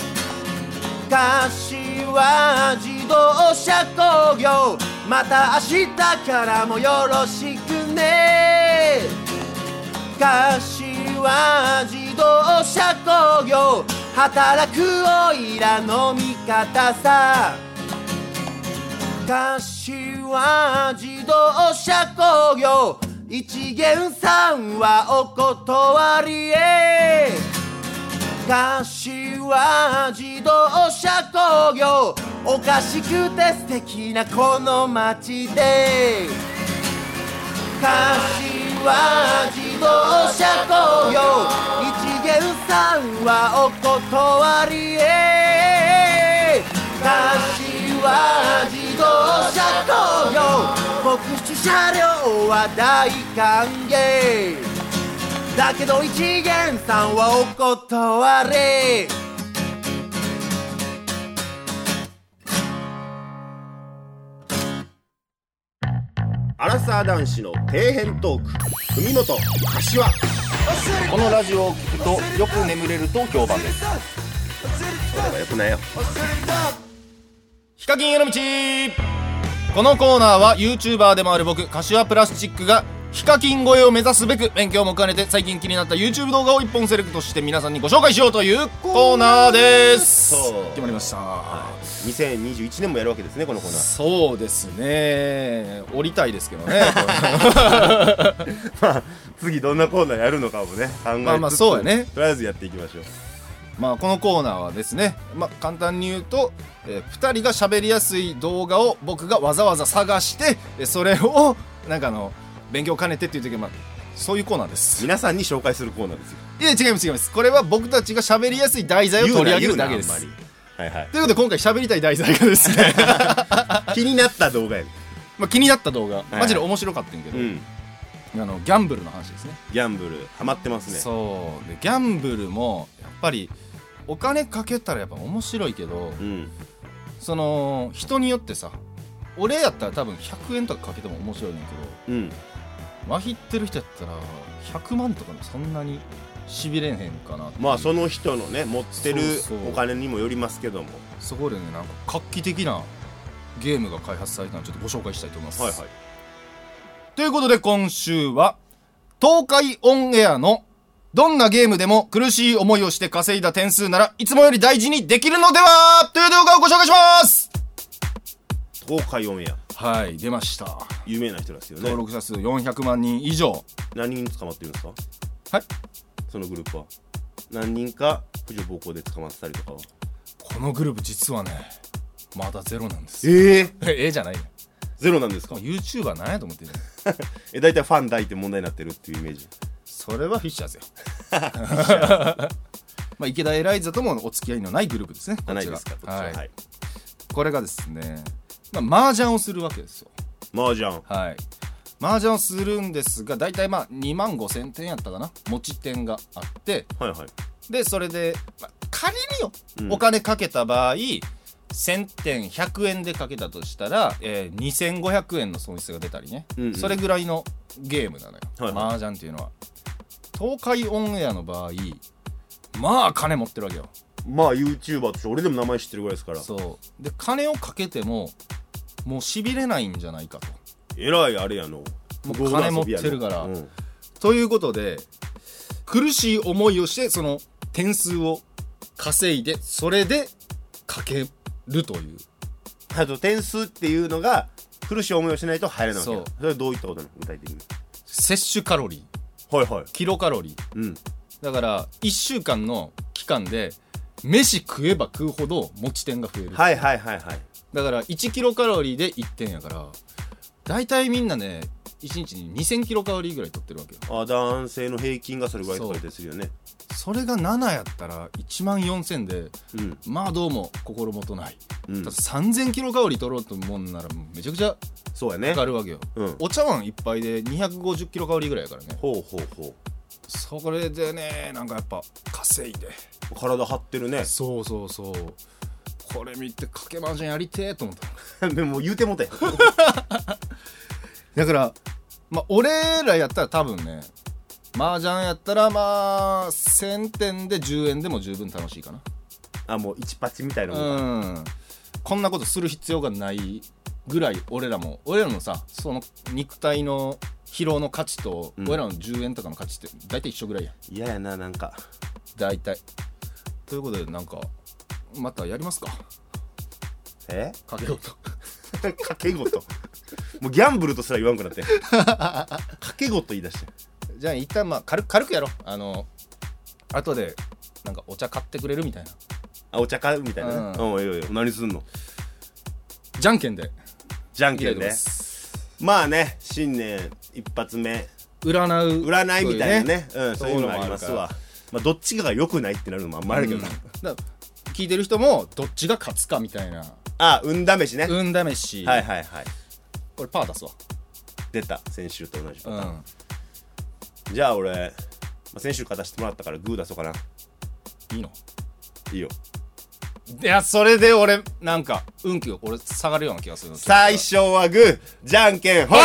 Speaker 1: 柏自動車工業、また明日からもよろしくね。柏自動車工業、働くおいらの味方さ。柏自動車工業一元さんはお断りへ。柏自動車工業、おかしくて素敵なこの街で。柏自動車工業一元さんはお断りへ。柏自動車工業特殊車両は大歓迎だけど一元さんはお断り。アラサー男子の底辺トーク、文元柏。
Speaker 2: このラジオを聞くとよく眠れると評判です。
Speaker 1: それはよくないよ。
Speaker 2: ヒカキンへの道。このコーナーは YouTuber でもある僕、柏プラスチックがヒカキン超えを目指すべく勉強も兼ねて最近気になった YouTube 動画を1本セレクトして皆さんにご紹介しようというコーナーです。
Speaker 1: そう
Speaker 2: 決まりました、
Speaker 1: 2021年もやるわけですね、このコーナー。
Speaker 2: そうですね、降りたいですけどね。
Speaker 1: まあ次どんなコーナーやるのかもね考えつつ、
Speaker 2: まあそうやね、
Speaker 1: とりあえずやっていきましょう。
Speaker 2: まあこのコーナーはですね、まあ簡単に言うと、2人が喋りやすい動画を僕がわざわざ探して、それをなんか勉強兼ねてっていう時は、まあそういうコーナーです。
Speaker 1: 皆さんに紹介するコーナーですよ。
Speaker 2: いや違います。これは僕たちが喋りやすい題材を取り上げるだけです。
Speaker 1: はいはい。
Speaker 2: ということで今回喋りたい題材がですね
Speaker 1: 気になった動画やね。
Speaker 2: まあ気になった動画、マジで面白かったんやけど、ギャンブルの話ですね。
Speaker 1: ギャンブルハマってますね。
Speaker 2: そうでギャンブルもやっぱりお金かけたらやっぱ面白いけど、その人によってさ、俺やったら多分100円とかかけても面白いねんけど、まひってる人やったら100万とかもそんなにしびれへんかな。
Speaker 1: まあその人のね持ってるお金にもよりますけども、
Speaker 2: そこでねなんか画期的なゲームが開発されたのをちょっとご紹介したいと思います。はいはい。ということで今週は東海オンエアのどんなゲームでも苦しい思いをして稼いだ点数ならいつもより大事にできるのではという動画をご紹介します。
Speaker 1: 東海オンエア、
Speaker 2: はい、出ました。
Speaker 1: 有名な人ですよね。
Speaker 2: 登録者数400万人以上。
Speaker 1: 何人捕まってるんですか？
Speaker 2: はい、そ
Speaker 1: のグループは何人か婦女暴行で捕まってたりとかは。
Speaker 2: このグループ実はねまだゼロなんです。じゃないね。
Speaker 1: ゼロなんですか？
Speaker 2: YouTuber なんやと思ってる
Speaker 1: だいたいファン抱いて問題になってるっていうイメージ。
Speaker 2: それはフィッシャーズよまあ池田エライザともお付き合いのないグループですね。こちら
Speaker 1: ないですか？
Speaker 2: はい、これがですね、まあ、麻雀をするわけですよ。
Speaker 1: 麻雀、
Speaker 2: はい、麻雀をするんですが、だいたいまあ2万5,000点やったかな、持ち点があって、
Speaker 1: はいはい、
Speaker 2: でそれで、まあ、仮によ、お金かけた場合1000点100円でかけたとしたら、2500円の損失が出たりね、それぐらいのゲームなのよ、はいはい、麻雀っていうのは。東海オンエアの場合まあ金持ってるわけよ。
Speaker 1: まあ YouTuber として俺でも名前知ってるぐらいですから。
Speaker 2: そうで金をかけてももうしびれないんじゃないかと。
Speaker 1: えらいあれやの、
Speaker 2: もう金持ってるから、ということで苦しい思いをしてその点数を稼いでそれでかけるという。
Speaker 1: あと点数っていうのが苦しい思いをしないと入れないわけだ。それはどういったことなの？具体的に
Speaker 2: 摂取カロリー、はいはい、キロカロリー、だから1週間の期間で飯食えば食うほど持ち点が増える。
Speaker 1: はいはいはいはい。
Speaker 2: だから1キロカロリーで1点やからだいたいみんなね1日に2000キロカロリーぐらい取ってるわけよ。
Speaker 1: 男性の平均がそれぐらいとかですよね。
Speaker 2: それが7やったら1万4000で、まあどうも心もとない、だって3000キロカロリー取ろうと思うならめちゃくちゃかかるわけよ、お茶碗一杯で250キロカロリーぐらいやからね。
Speaker 1: ほうほうほう。
Speaker 2: それでねなんかやっぱ稼いで
Speaker 1: 体張ってるね。
Speaker 2: そうそうそう。これ見て賭け麻雀やりてえと思った
Speaker 1: でも言うてもたよ
Speaker 2: だからまあ俺らやったら多分ね麻雀やったらまあ1000点で10円でも十分楽しいかな。
Speaker 1: あ、もう一発みたいなも
Speaker 2: んか。こんなことする必要がないぐらい俺らのさその肉体の疲労の価値と、俺らの10円とかの価値って大体一緒ぐらいやん。
Speaker 1: 嫌やななんか
Speaker 2: 大体。ということでなんかまたやりますか。賭け事
Speaker 1: 賭け事もうギャンブルとすら言わんくなって賭け事言い出して。
Speaker 2: じゃあ一旦まあ軽くやろう。後でなんかお茶買ってくれるみたいな。
Speaker 1: お茶買うみたいなね。何すんの？
Speaker 2: じゃんけんで。
Speaker 1: じゃんけんで。まあね、新年一発目
Speaker 2: 占
Speaker 1: いみたいなね、そういうのもありますわ。まあどっちかが良くないってなるのもあんまりあるけどな。
Speaker 2: 聞いてる人もどっちが勝つかみたいな。
Speaker 1: 運試しね。
Speaker 2: 運試し。
Speaker 1: はいはいはい。
Speaker 2: これパー出すわ。
Speaker 1: 出た。先週と同じパターン。じゃあ俺、先週勝たせてもらったからグー出そうかな。
Speaker 2: いいの？
Speaker 1: いいよ。
Speaker 2: いや、それで俺なんか運気が俺下がるような気がするの。
Speaker 1: 最初はグー、じゃんけんほい。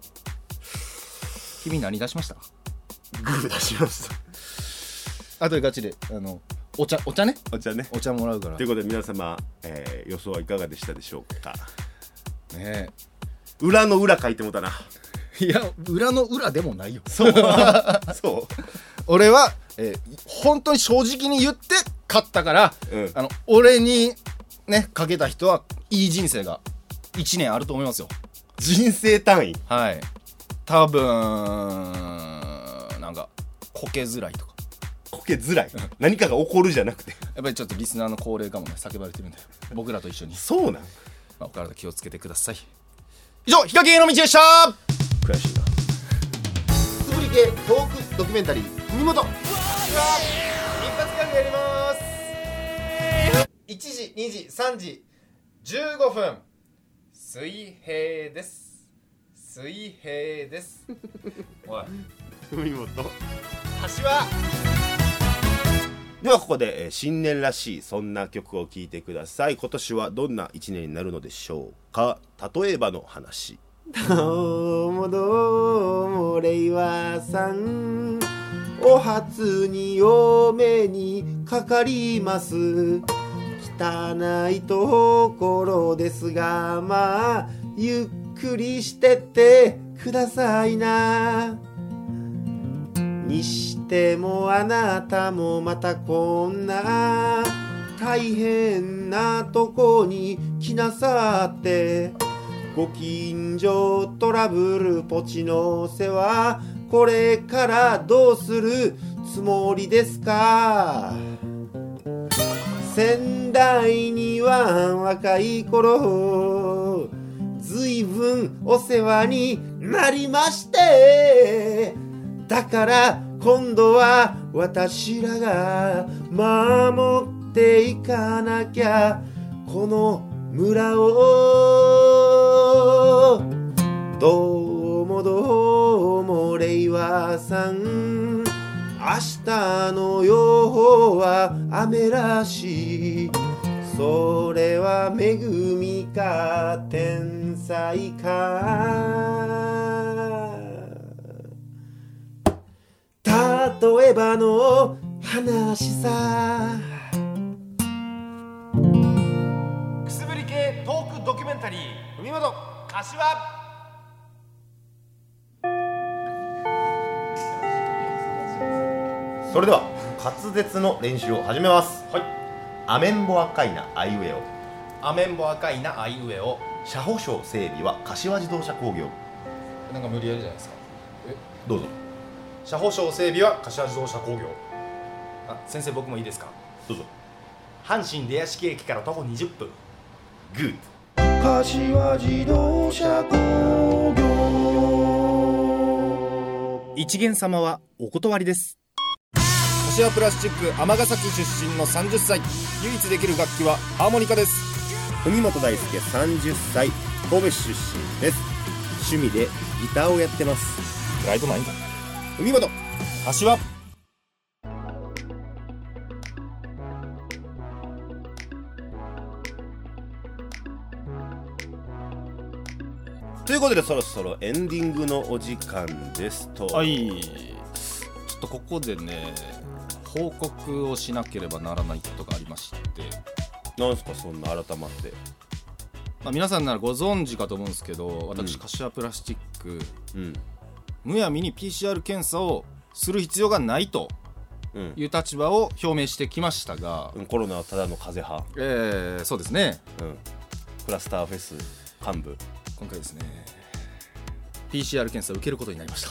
Speaker 2: 君何出しました？
Speaker 1: グー出しました。
Speaker 2: あとでガチでお茶ね。お茶もらうから。
Speaker 1: ということで皆様、予想はいかがでしたでしょうか。
Speaker 2: ねえ。
Speaker 1: 裏の裏書いてもたな。
Speaker 2: いや、裏の裏でもないよ。
Speaker 1: そう。
Speaker 2: 俺は、本当に正直に言って勝ったから、俺にねかけた人はいい人生が1年あると思いますよ。
Speaker 1: 人生単位。
Speaker 2: はい。多分なんかこけづらいとか。
Speaker 1: こけづらい何かが起こるじゃなくて
Speaker 2: やっぱりちょっとリスナーの高齢化もね叫ばれてるんだよ僕らと一緒に。
Speaker 1: そうなん
Speaker 2: お体気をつけてください。以上ヒカキンへの道でした。
Speaker 1: 悔しいな。
Speaker 2: つぶり系トークドキュメンタリー文元一発ギャグやります。1時2時3時15分水平です。水平ですおい
Speaker 1: 文元
Speaker 2: 柏。
Speaker 1: ではここで、新年らしいそんな曲を聴いてください。今年はどんな1年になるのでしょうか。例えばの話。
Speaker 4: どうもどうも令和さん、お初にお目にかかります。汚いところですがまあゆっくりしてってくださいな。にしてもあなたもまたこんな大変なとこに来なさって、ご近所トラブルポチの世話これからどうするつもりですか。仙台には若い頃ずいぶんお世話になりまして、だから今度は私らが守っていかなきゃこの村を。どうもどうも令和さん、明日の予報は雨らしい。それは恵みか天才か。例えばの話さ。
Speaker 2: くすぶり系トークドキュメンタリー文元柏。
Speaker 1: それでは滑舌の練習を始めます。
Speaker 2: はい。
Speaker 1: アメンボ赤いなあいうえお。
Speaker 2: アメンボ赤いなあいうえお。
Speaker 1: 車保証整備は柏自動車工業。
Speaker 2: なんか無理やりじゃないですか。
Speaker 1: どうぞ。
Speaker 2: 車保証整備は柏自動車工業。あ、先生僕もいいですか。
Speaker 1: どうぞ。
Speaker 2: 阪神出屋敷駅から徒歩20分。
Speaker 1: グッ
Speaker 4: 柏自動車工業。
Speaker 2: 一元様はお断りです。柏プラスチック尼崎出身の30歳、唯一できる楽器はハーモニカです。
Speaker 1: 文本大輔30歳、神戸市出身です。趣味でギターをやってます。
Speaker 2: プライドないんだ。文本柏。
Speaker 1: ということでそろそろエンディングのお時間ですと。
Speaker 2: はい、ちょっとここでね報告をしなければならないことがありまして。
Speaker 1: なんすかそんな改まって。
Speaker 2: 皆さんならご存知かと思うんですけど、私、柏プラスチック、むやみに PCR 検査をする必要がないという立場を表明してきましたが、
Speaker 1: コロナはただの風邪派。
Speaker 2: そうですね、
Speaker 1: クラスターフェス幹部、
Speaker 2: 今回ですね PCR 検査を受けることになりました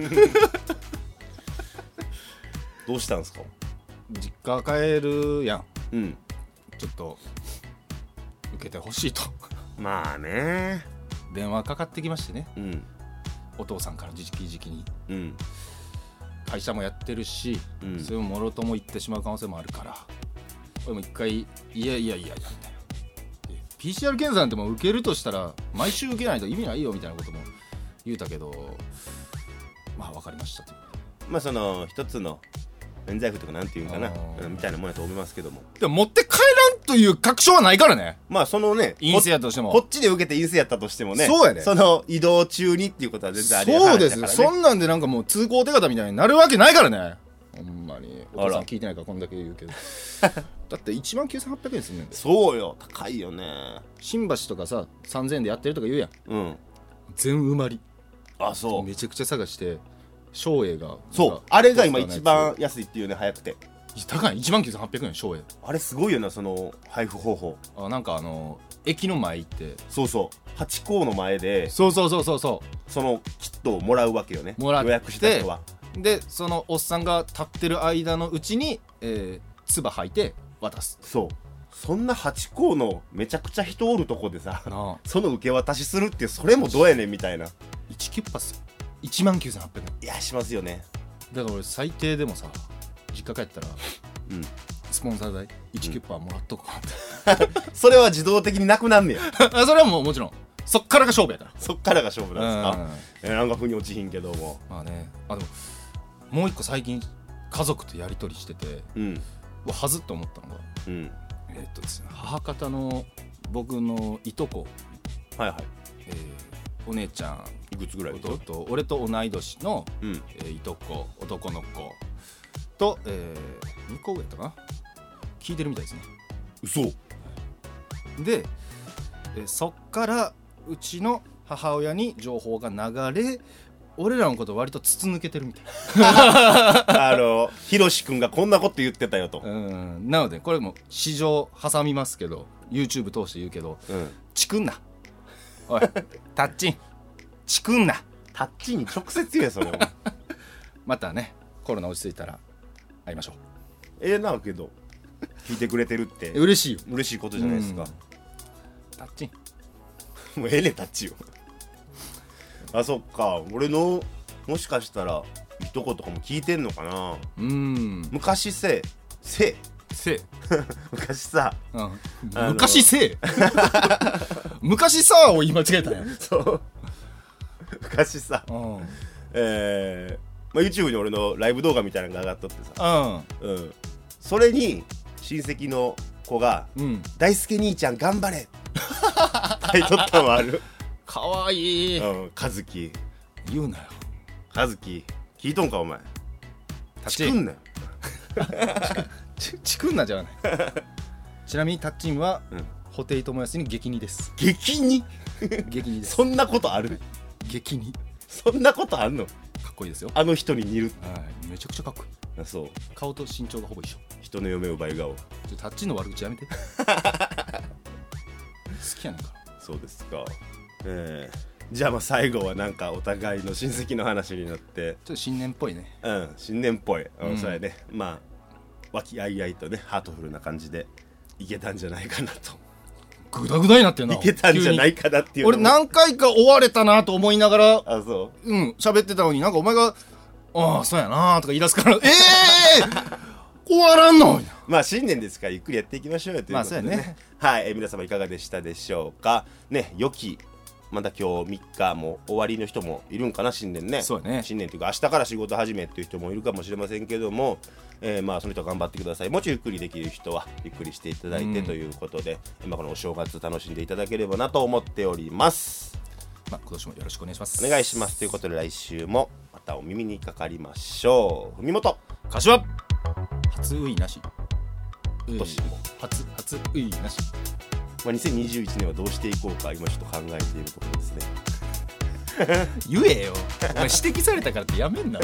Speaker 1: どうしたんですか。
Speaker 2: 実家帰るやん、ちょっと受けてほしいと
Speaker 1: まあね、
Speaker 2: 電話かかってきましてね、お父さんから直々に、会社もやってるし、それももろとも言ってしまう可能性もあるから、俺も一回いやみたいな、PCR 検査なんてもう受けるとしたら毎週受けないと意味ないよみたいなことも言うたけど、まあ分かりましたという。
Speaker 1: まあその一つの免罪符とかなんていうんかな、みたいなもんやと思いますけども、
Speaker 2: でも持って帰らんという確証はないからね。
Speaker 1: まあそのね、
Speaker 2: 陰性やとしても
Speaker 1: こっちで受けて陰性やったとしてもね、
Speaker 2: そうやで、
Speaker 1: その移動中にっていうことは全然ありえない
Speaker 2: そうですよ、そんなんでなんかもう通行手形みたいになるわけないからね。ほんまにお父さん聞いてないからこんだけ言うけどだって19,800円すんねんで。
Speaker 1: そうよ、高いよね。
Speaker 2: 新橋とかさ3000円でやってるとか言うやん、全埋まり。
Speaker 1: あ、そう。
Speaker 2: めちゃくちゃ探して松栄が、
Speaker 1: そうあれが今一番安いっていうね、早くて
Speaker 2: 高い。19,800円松栄。
Speaker 1: あれすごいよな、その配布方法。
Speaker 2: なんか駅の前行って、
Speaker 1: そうそうハチ公の前で
Speaker 2: そうその
Speaker 1: キットをもらうわけよね。
Speaker 2: もらって
Speaker 1: 予約した人は
Speaker 2: でそのおっさんが立ってる間のうちに唾吐いて渡す。
Speaker 1: そうそんな八甲のめちゃくちゃ人おるとこでさその受け渡しするってそれもどうやねんみたいな。
Speaker 2: 1キュッパっすよ。19,800円。
Speaker 1: いやしますよね。
Speaker 2: だから俺最低でもさ実家帰ったら、スポンサー代1キュッパもらっとこうって、
Speaker 1: それは自動的になくなんねや
Speaker 2: それはもうもちろんそっからが勝負やから。
Speaker 1: そっからが勝負なんですか。なんか腑に落ちひんけども。
Speaker 2: まあね。でももう一個最近家族とやり取りしてて、はずって思ったのが、ですね、母方の僕のいとこ、お姉ちゃん
Speaker 1: いくつぐらい
Speaker 2: 弟、俺と同い年の、いとこ男の子と、2個上やったかな、聞いてるみたいですね。
Speaker 1: 嘘
Speaker 2: で、そっからうちの母親に情報が流れ、俺らのこと割と筒抜けてるみたい
Speaker 1: ひろし君がこんなこと言ってたよと。
Speaker 2: なのでこれも市場挟みますけど YouTube 通して言うけど、チクんなおいタッチンチクんな。
Speaker 1: タッチに直接言えそれを
Speaker 2: またねコロナ落ち着いたら会いましょ
Speaker 1: う。なけど聞いてくれてるって
Speaker 2: 嬉しいよ。
Speaker 1: 嬉しいことじゃないですか。
Speaker 2: タッチン
Speaker 1: もうタッチよあ、そっか。俺のもしかしたらいとことかも聞いてんのかな。昔昔さ、
Speaker 2: 昔昔さを言い間違えたんや。
Speaker 1: そう昔さ、YouTube に俺のライブ動画みたいなのが上がっとってさ、それに親戚の子が大輔兄ちゃん頑張れ書いとったのある。
Speaker 2: かわいい。
Speaker 1: 和樹
Speaker 2: 言うなよ。
Speaker 1: 和樹聞いとんかお前。チクんなよ
Speaker 2: チクんなじゃないちなみにタッチンは、布袋寅泰に激似です。
Speaker 1: 激似
Speaker 2: 激似です。
Speaker 1: そんなことある。
Speaker 2: 激似
Speaker 1: そんなことあんの。
Speaker 2: かっこいいですよ。
Speaker 1: あの人に似る。
Speaker 2: めちゃくちゃかっこいい。
Speaker 1: そう。
Speaker 2: 顔と身長がほぼ一緒。
Speaker 1: 人の嫁を奪い顔。
Speaker 2: タッチンの悪口やめて好きやねんから。そうですか。
Speaker 1: じゃあ最後はなんかお互いの親戚の話になって
Speaker 2: ちょっと新年っぽいね。
Speaker 1: 新年っぽい。そうやね。まあ和気あいあいとねハートフルな感じでいけたんじゃないかなと。
Speaker 2: グダグダになってんな。
Speaker 1: いけたんじゃないかなっていう。
Speaker 2: 俺何回か追われたなと思いながら
Speaker 1: そう
Speaker 2: 喋ってたのになんかお前がそうやなとか言い出すから終わらんの。
Speaker 1: まあ新年ですからゆっくりやっていきましょうよということでね。
Speaker 2: そうやね。
Speaker 1: はい、皆様いかがでしたでしょうかね。良きまだ今日3日も終わりの人もいるんかな。新年ね。
Speaker 2: そうやね。
Speaker 1: 新年というか明日から仕事始めっていう人もいるかもしれませんけども、まあその人は頑張ってください。もちろんゆっくりできる人はゆっくりしていただいてということで、このお正月楽しんでいただければなと思っております。
Speaker 2: 今年もよろしくお願いします。
Speaker 1: お願いしますということで来週もまたお耳にかかりましょう。文元
Speaker 2: 柏初ウイなし。
Speaker 1: 今年も
Speaker 2: 初ウイなし。
Speaker 1: 2021年はどうしていこうか今ちょっと考えているところですね
Speaker 2: 言えよお前指摘されたからってやめんな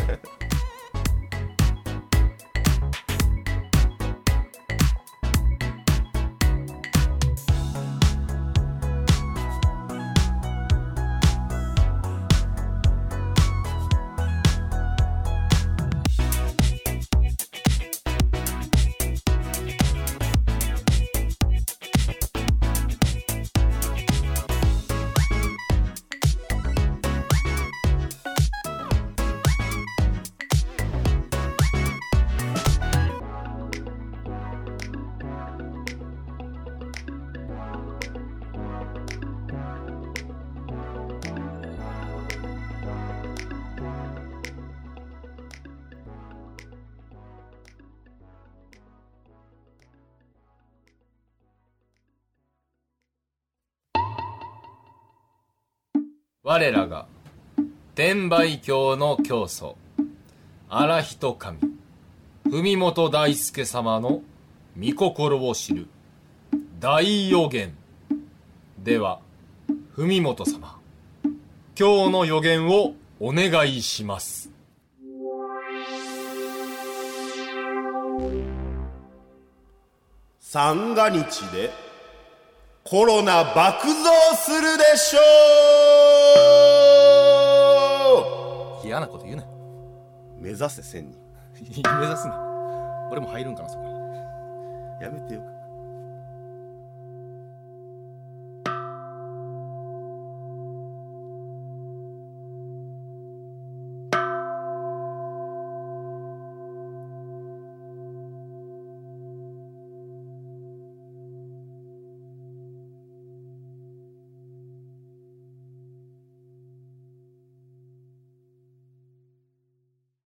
Speaker 5: 我らが天売教の教祖荒人神文本大輔様の御心を知る大予言では、文本様、今日の予言をお願いします。
Speaker 1: 三が日でコロナ爆増するでしょう。
Speaker 2: 嫌なこと言うな。
Speaker 1: 目指せ1000人
Speaker 2: 目指すな。俺も入るんかなそこに。
Speaker 1: やめてよ。